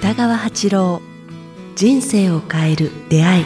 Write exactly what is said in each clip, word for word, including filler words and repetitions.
北川八郎、人生を変える出会い。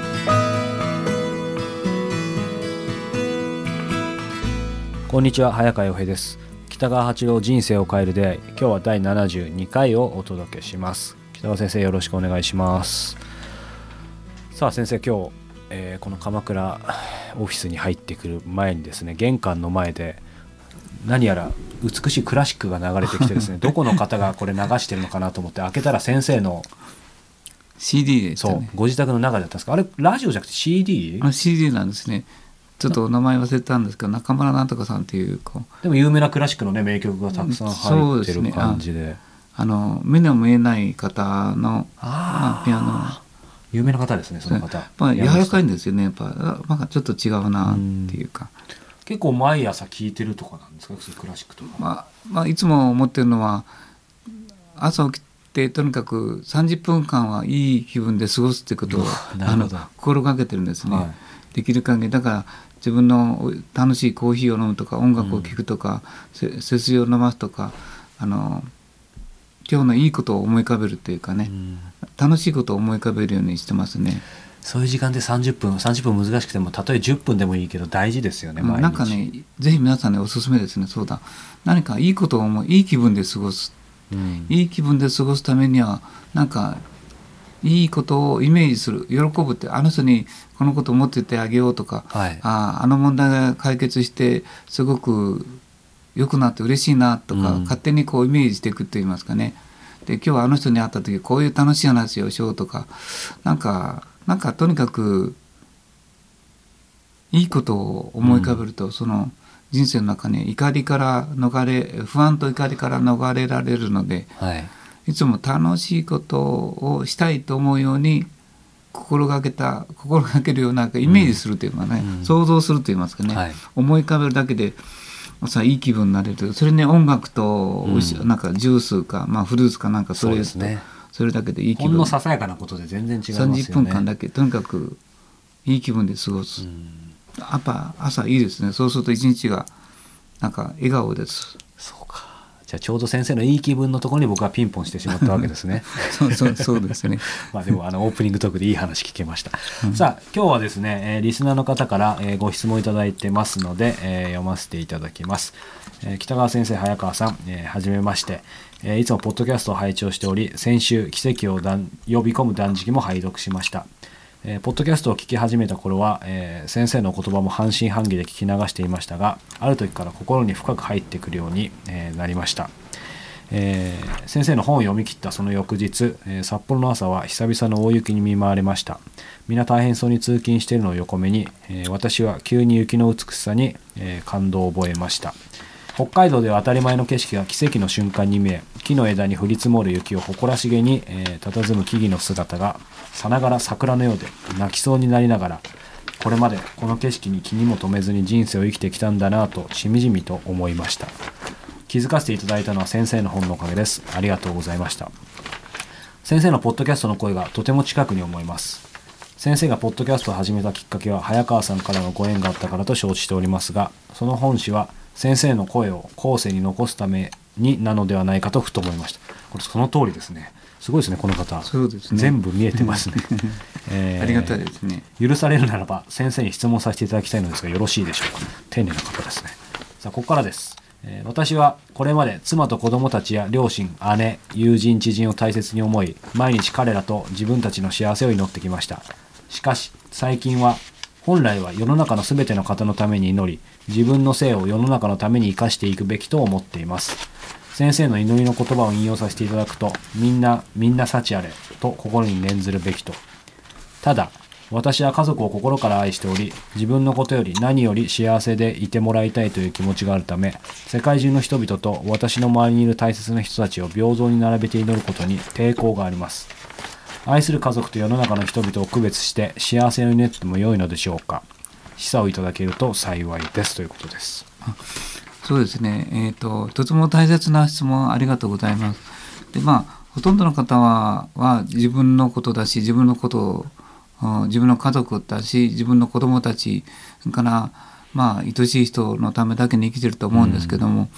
こんにちは、早川洋平です。北川八郎、人生を変える出会い、今日はだいななじゅうにかいをお届けします。北川先生、よろしくお願いします。さあ先生、今日、えー、この鎌倉オフィスに入ってくる前にですね、玄関の前で何やら美しいクラシックが流れてきてですねどこの方がこれ流してるのかなと思って開けたら先生のシーディー でしたね。 そうご自宅の中だったんですか。あれラジオじゃなくて シーディー？ あ シーディー なんですね。ちょっとお名前忘れたんですけど、中村なんとかさんっていう子でも有名なクラシックの、ね、名曲がたくさん入ってる感じ で, で、ね、 あ, あの目の見えない方のあ、 まあ、ピアノ有名な方ですね、その方。 まあ、柔らかいんですよね。やっぱ、まあ、ちょっと違うなっていうか。 う結構毎朝聴いてるとかなんですか、クラシックとか。 まあまあ、いつも思ってるのは、朝起きてとにかくさんじゅっぷんかんはいい気分で過ごすってことをあの心がけてるんですね、はい、できる限り。だから自分の楽しいコーヒーを飲むとか、音楽を聴くとか、うん、背筋を伸ばすとか、あの今日のいいことを思い浮かべるっていうかね、うん、楽しいことを思い浮かべるようにしてますね。 そういう時間でさんじゅっぷんさんじゅっぷん難しくても、たとえじゅっぷんでもいいけど大事ですよね、毎日。 なんかね、ぜひ皆さんね、おすすめですね。そうだ、何かいいことを思い、いい気分で過ごす、うん、いい気分で過ごすためには、なんかいいことをイメージする、喜ぶって、あの人にこのことを思っててあげようとか、はい、あ, あの問題が解決してすごく良くなって嬉しいなとか、うん、勝手にこうイメージしていくといいますかね。で、今日はあの人に会った時こういう楽しい話をしようとか、なんかなんかとにかくいいことを思い浮かべると、うん、その人生の中に怒りから逃れ、不安と怒りから逃れられるので、はい、いつも楽しいことをしたいと思うように心がけた心がけるようなイメージするというかね、うん、想像するといいますかね、はい、思い浮かべるだけでさいい気分になれる。それね、音楽と、うん、なんかジュースか、まあ、フルーツかなんかそれ、そうですね、それだけでいい気分。 ほんのささやかなことで全然違いますよね。 さんじゅっぷんかんだけとにかくいい気分で過ごす、うん、やっぱ朝いいですね。そうすると一日がなんか笑顔です。 そうか。じゃあちょうど先生のいい気分のところに僕はピンポンしてしまったわけですねそうそうそうですねまあでもあのオープニングトークでいい話聞けました、うん、さあ今日はですね、えー、リスナーの方から、えー、ご質問いただいてますので、えー、読ませていただきます。えー、北川先生、早川さん、えー、はじめまして、えー、いつもポッドキャストを拝聴しており、先週奇跡をだん呼び込む断食も拝読しました。えー、ポッドキャストを聞き始めた頃は、えー、先生の言葉も半信半疑で聞き流していましたが、ある時から心に深く入ってくるように、えー、なりました。えー、先生の本を読み切ったその翌日、えー、札幌の朝は久々の大雪に見舞われました。みんな大変そうに通勤しているのを横目に、えー、私は急に雪の美しさに、えー、感動を覚えました。北海道では当たり前の景色が奇跡の瞬間に見え、木の枝に降り積もる雪を誇らしげに、えー、佇む木々の姿がさながら桜のようで泣きそうになりながら、これまでこの景色に気にも留めずに人生を生きてきたんだなとしみじみと思いました。気づかせていただいたのは先生の本のおかげです。ありがとうございました。先生のポッドキャストの声がとても近くに思います。先生がポッドキャストを始めたきっかけは早川さんからのご縁があったからと承知しておりますが、その本旨は先生の声を後世に残すためになのではないかとふと思いました。これその通りですね。すごいですね、この方。 そうですね、 全部見えてますね、 えー、ありがたいですね。 許されるならば先生に質問させていただきたいのですがよろしいでしょうか。丁寧な方ですね。さあここからです。私はこれまで妻と子供たちや両親、姉、友人、知人を大切に思い、毎日彼らと自分たちの幸せを祈ってきました。しかし最近は本来は世の中のすべての方のために祈り、自分の生を世の中のために生かしていくべきと思っています。先生の祈りの言葉を引用させていただくと、みんなみんな幸あれと心に念ずるべきと。ただ私は家族を心から愛しており、自分のことより何より幸せでいてもらいたいという気持ちがあるため、世界中の人々と私の周りにいる大切な人たちを平等に並べて祈ることに抵抗があります。愛する家族と世の中の人々を区別して幸せを祈っても良いのでしょうか。示唆をいただけると幸いですということです。 そうですね、えーと、とても大切な質問ありがとうございます。で、まあ、ほとんどの方は、は自分のことだし、自分のことを自分の家族だし、自分の子供たちから、まあ、愛しい人のためだけに生きてると思うんですけども、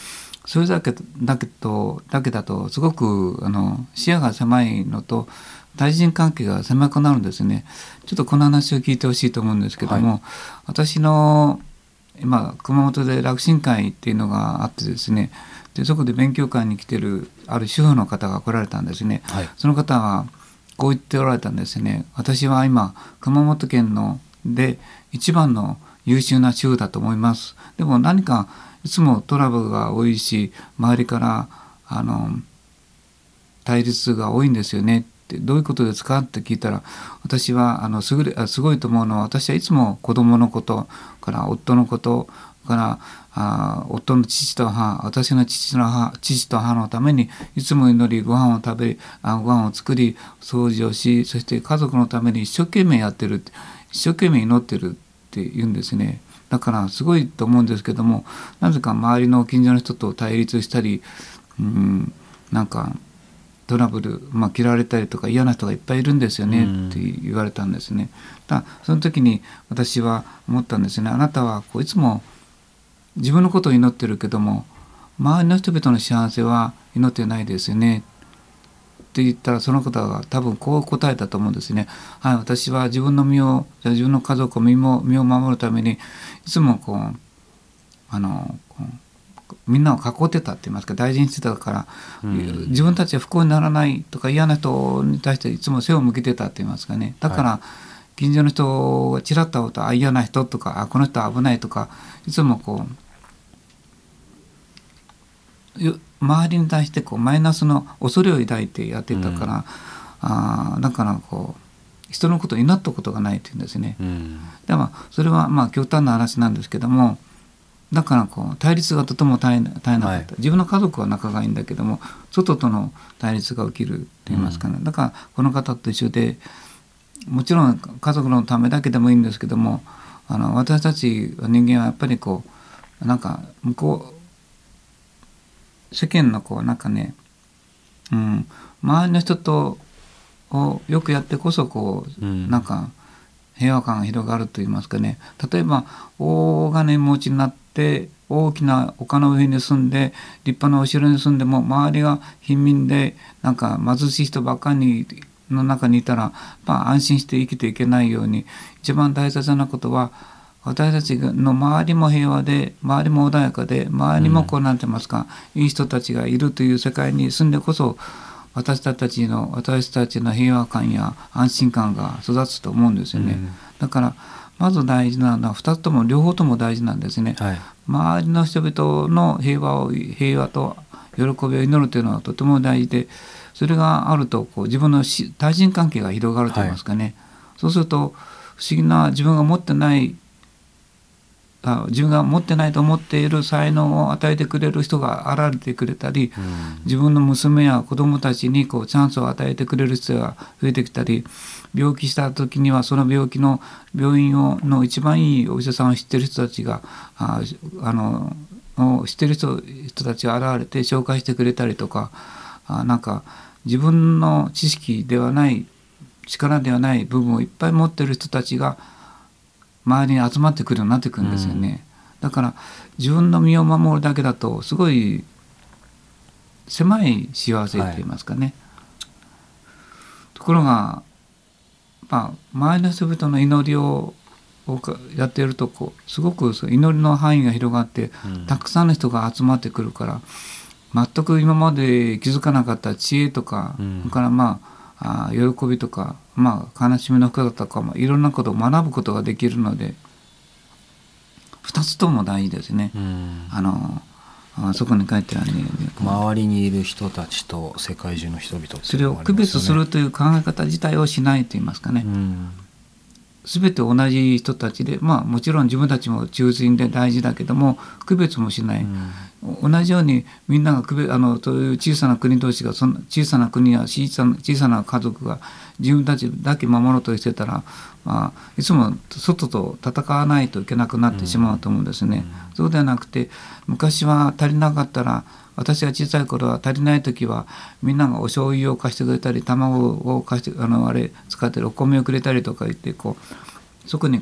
それだけだけとだけだとすごくあの視野が狭いのと対人関係が狭くなるんですね。ちょっとこの話を聞いてほしいと思うんですけども、はい、私の今熊本で楽神会っていうのがあってですね、でそこで勉強会に来てるある主婦の方が来られたんですね、はい、その方はこう言っておられたんですね。私は今熊本県ので一番の優秀な主婦だと思います。でも何かいつもトラブルが多いし、周りからあの対立が多いんですよねって、どういうことですかって聞いたら、私はあのすぐれすごいと思うのは、私はいつも子供のことから夫のことからあ夫の父と母、私の父の母父と母のためにいつも祈り、ご飯を食べあご飯を作り、掃除をし、そして家族のために一生懸命やってる、一生懸命祈ってるって言うんですね。だからすごいと思うんですけども、なぜか周りの近所の人と対立したり、うん、なんかトラブル、まあ、嫌われたりとか嫌な人がいっぱいいるんですよねって言われたんですね。だその時に私は思ったんですね。あなたはこういつも自分のことを祈ってるけども、周りの人々の幸せは祈ってないですよねって言ったら、その方が多分こう答えたと思うんですね。はい、私は自分の身を、自分の家族を身も身を守るためにいつもこうあのこうみんなを囲ってたって言いますか、大事にしてたから、うん、自分たちは不幸にならないとか嫌な人に対していつも背を向けてたって言いますかね。だから、はい、近所の人がちらっと会うと、あ嫌な人とか、あこの人は危ないとか、いつもこう周りに対してこうマイナスの恐れを抱いてやってたから、うん、あだからこう人のことを祈ったことがないっていうんですね。うん、でもそれはまあ極端な話なんですけども、だからこう対立がとても絶えなかった、はい、自分の家族は仲がいいんだけども、外との対立が起きると言いますかね、うん、だからこの方と一緒で、もちろん家族のためだけでもいいんですけども、あの私たち人間はやっぱりこうなんか向こう世間のこうなんかね、うん、周りの人とをよくやってこそこう、うん、なんか平和感が広がると言いますかね。例えば大金持ちになって大きな丘の上に住んで立派なお城に住んでも、周りが貧民でなんか貧しい人ばっかりの中にいたら、まあ、安心して生きていけないように、一番大切なことは私たちの周りも平和で、周りも穏やかで、周りもこうなんて言いますか、うん、いい人たちがいるという世界に住んでこそ、私たちの私たちの平和感や安心感が育つと思うんですよね。うん、だからまず大事なのはふたつとも両方とも大事なんですね。はい、周りの人々の平和を平和と喜びを祈るというのはとても大事で、それがあるとこう自分の対人関係が広がると言いますかね。はい、そうすると不思議な自分が持ってない自分が持ってないと思っている才能を与えてくれる人が現れてくれたり、うん、自分の娘や子供たちにこうチャンスを与えてくれる人が増えてきたり、病気した時にはその病気の病院をの一番いいお医者さんを知っている人たちがああの知っている 人, 人たちが現れて紹介してくれたりとか、あなんか自分の知識ではない力ではない部分をいっぱい持っている人たちが周りに集まってくるようになってくるんですよね。うん、だから自分の身を守るだけだとすごい狭い幸せと言いますかね。はい、ところが、まあ、周りの人々の祈りをやっているとこうすごく祈りの範囲が広がって、うん、たくさんの人が集まってくるから、全く今まで気づかなかった知恵とか、うん、それからまああ喜びとか、まあ、悲しみの深さとか、まあ、いろんなことを学ぶことができるので、ふたつとも大事ですね。うん、あのあそこに書いてあるね、 周りにいる人たちと世界中の人々、ね、 それを区別するという考え方自体をしないと言いますかね。うん、全て同じ人たちで、まあ、もちろん自分たちも中心で大事だけども区別もしない、うん、同じようにみんなが区別あのそういう小さな国同士がその小さな国や小さな、小さな家族が自分たちだけ守ろうとしてたら、まあ、いつも外と戦わないといけなくなってしまうと思うんですね。うん、そうではなくて、昔は足りなかったら、私が小さい頃は足りない時はみんながお醤油を貸してくれたり、卵を貸してあのあれ使ってるお米をくれたりとか言って、こうそこにこう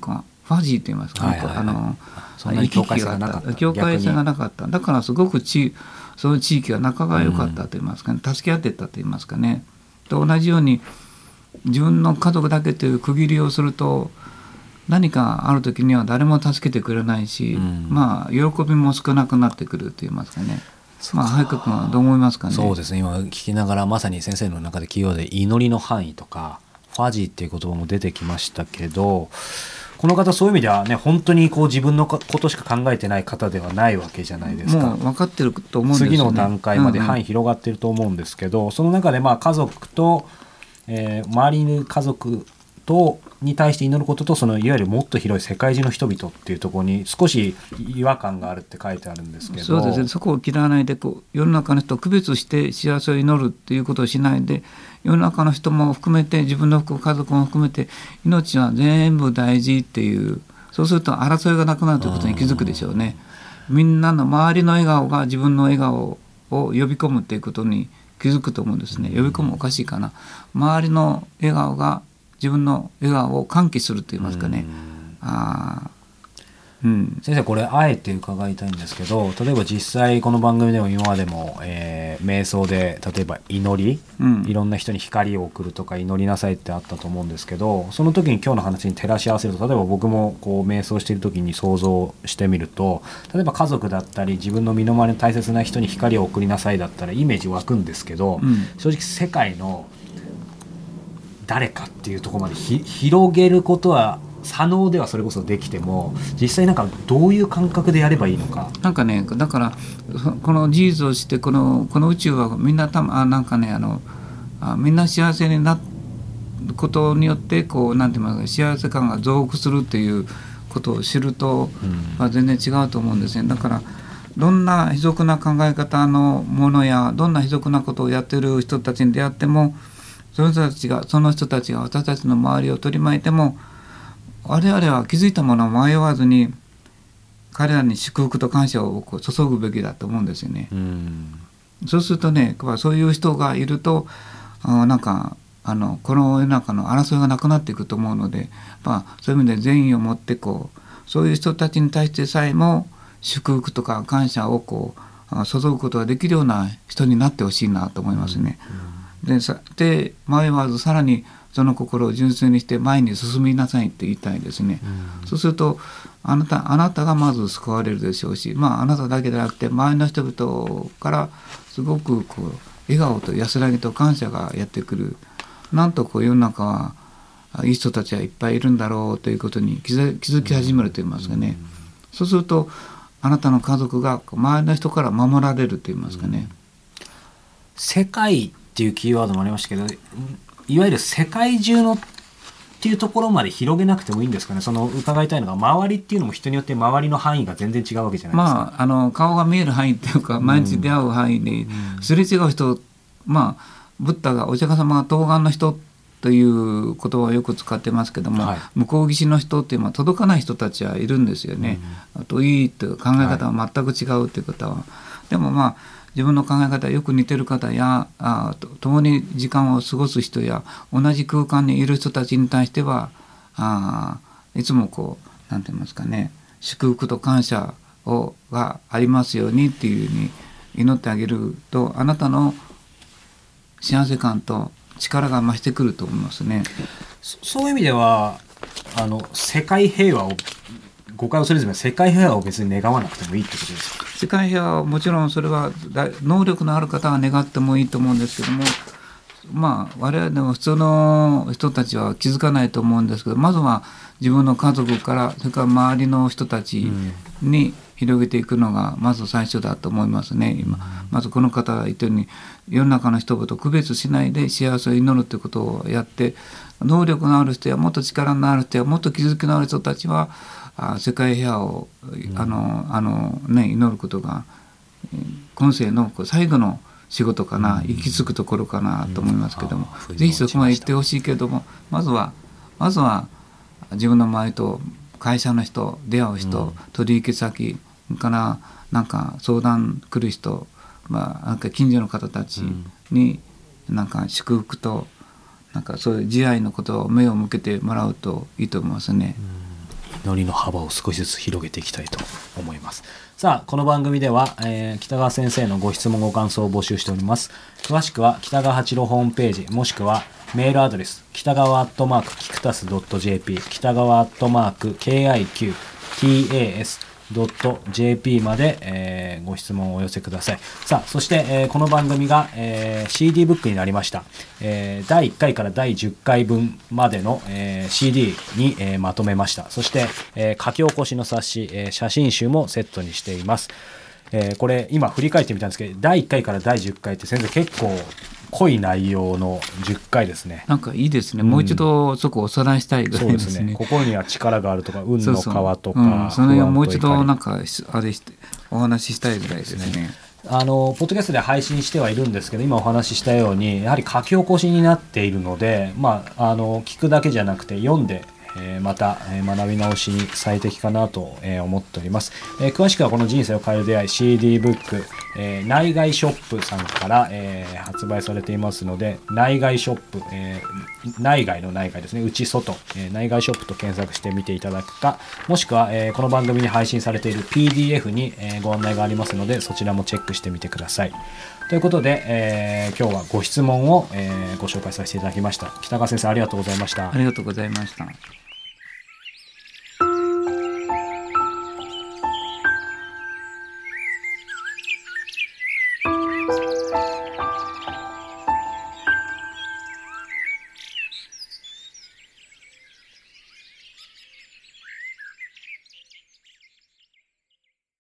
ファジーと言いますか、ね、 はいはいはい、 あのそんなに境界性がなかった。 境界性がなかった。だからすごく地その地域は仲が良かったと言いますかね、助け合ってたと言いますかね。と同じように自分の家族だけという区切りをすると何かある時には誰も助けてくれないし、うん、まあ喜びも少なくなってくると言いますかね。まあ早川君はどう思いますかね。 そうですね、今聞きながらまさに先生の中でキーワードで祈りの範囲とかファジーっていう言葉も出てきましたけど、この方そういう意味ではね本当にこう自分のことしか考えてない方ではないわけじゃないですか。 もう分かってると思うんですよね。 次の段階まで範囲広がってると思うんですけど、うんうん、その中でまあ家族と、えー、周りに家族とに対して祈ることと、そのいわゆるもっと広い世界中の人々っていうところに少し違和感があるって書いてあるんですけど、 そうですね、そこを嫌わないでこう世の中の人を区別して幸せを祈るっていうことをしないで、世の中の人も含めて自分の家族も含めて命は全部大事っていう、そうすると争いがなくなるということに気づくでしょうね。みんなの周りの笑顔が自分の笑顔を呼び込むっていうことに気づくと思うんですね。呼び込むおかしいかな、周りの笑顔が自分の笑顔を喚起すると言いますかね。あ、うん、 先生これあえて伺いたいんですけど、例えば実際この番組でも今までも、えー、瞑想で例えば祈り、うん、いろんな人に光を送るとか祈りなさいってあったと思うんですけど、その時に今日の話に照らし合わせると、例えば僕もこう瞑想している時に想像してみると、例えば家族だったり自分の身の回りの大切な人に光を送りなさいだったらイメージ湧くんですけど、うん、正直世界の誰かっていうところまでひ広げることは左脳ではそれこそできても、実際なんかどういう感覚でやればいいのか。 なんかね、だからこの事実をしてこのこの宇宙はみんなたあなんかねあのあみんな幸せになることによってこうなんて言いますか、幸せ感が増幅するっていうことを知ると、うん、全然違うと思うんですね。だからどんな卑俗な考え方のものやどんな卑俗なことをやってる人たちに出会っても、その人たちがその人たちが私たちの周りを取り巻いても、我々は気づいたものを迷わずに彼らに祝福と感謝を注ぐべきだと思うんですよね。うん、そうするとね、そういう人がいるとあなんかあのこの世の中の争いがなくなっていくと思うので、まあ、そういう意味で善意を持ってこうそういう人たちに対してさえも祝福とか感謝をこう注ぐことができるような人になってほしいなと思いますね。うんうん、で, さで迷わずさらにその心を純粋にして前に進みなさいって言いたいですね。うん、そうするとあなたあなたがまず救われるでしょうし、まあ、あなただけでなくて周りの人々からすごくこう笑顔と安らぎと感謝がやってくる。なんとこう世の中はいい人たちはいっぱいいるんだろうということに気づ、気づき始めると言いますかね。うん、そうするとあなたの家族が周りの人から守られると言いますかね。うん、 世界っていうキーワードもありましたけど、いわゆる世界中のっていうところまで広げなくてもいいんですかね。その伺いたいのが、周りっていうのも人によって周りの範囲が全然違うわけじゃないですか。 まあ、あの顔が見える範囲っていうか、毎日出会う範囲にすれ違う人、うん、まあブッダがお釈迦様が東岸の人という言葉をよく使ってますけども、はい、向こう岸の人っていうのは届かない人たちはいるんですよね。うん、あといいという考え方は全く違うということは、はい、でもまあ自分の考え方よく似てる方やあと共に時間を過ごす人や同じ空間にいる人たちに対してはあいつもこうなんて言いますかね、祝福と感謝をがありますようにっていうふうに祈ってあげると、あなたの幸せ感と力が増してくると思いますね。 そ, そういう意味ではあの世界平和を誤解をするですね、世界平和を別に願わなくてもいいってことですか。 世界平和はもちろんそれは能力のある方は願ってもいいと思うんですけども、まあ我々でも普通の人たちは気づかないと思うんですけど、まずは自分の家族からそれから周りの人たちに広げていくのがまず最初だと思いますね。今まずこの方が言ったように世の中の人々と区別しないで幸せを祈るということをやって、能力のある人やもっと力のある人やもっと気づきのある人たちはあ世界平和をあのあの、ね、祈ることが今世の最後の仕事かな、行き着くところかなと思いますけども、うん、ぜひそこまで行ってほしいけれども、まずはまずは自分の周りと会社の人、出会う人、うん、取引先からなんか相談来る人、まあ、なんか近所の方たちになんか祝福となんかそういう慈愛のことを目を向けてもらうといいと思いますね。 うん、 祈りの幅を少しずつ広げていきたいと思います。さあこの番組では、えー、北川先生のご質問ご感想を募集しております。詳しくは北川八郎ホームページもしくはメールアドレス北川アットマークキクタス .jp 北川アットマーク キクタス.jp まで、えー、ご質問をお寄せください。さあそして、えー、この番組が、えー、シーディー ブックになりました、えー、だいいっかいからだいじゅっかいぶんまでの、えー、シーディー に、えー、まとめました。そして、えー、書き起こしの冊子、えー、写真集もセットにしています。えー、これ今振り返ってみたんですけどだいいっかいからだいじゅっかいって先生結構濃い内容のじゅっかいですね。 なんかいいですね、うん、もう一度そこおさらいしたいぐらいですね。 そうですね、心には力があるとか運の川とか、 そうそう、うん、その辺をもう一度なんかあれしてお話ししたいぐらいですね。 あのポッドキャストで配信してはいるんですけど今お話ししたようにやはり書き起こしになっているので、まあ、あの聞くだけじゃなくて読んでえー、また、えー、学び直しに最適かなと、えー、思っております、えー、詳しくはこの人生を変える出会い シーディー ブック、えー、内外ショップさんから、えー、発売されていますので内外ショップ、えー、内外の内外ですね内外、えー、内外ショップと検索してみていただくかもしくは、えー、この番組に配信されている ピーディーエフ に、えー、ご案内がありますのでそちらもチェックしてみてください。ということで、えー、今日はご質問を、えー、ご紹介させていただきました。北川先生ありがとうございました。 ありがとうございました。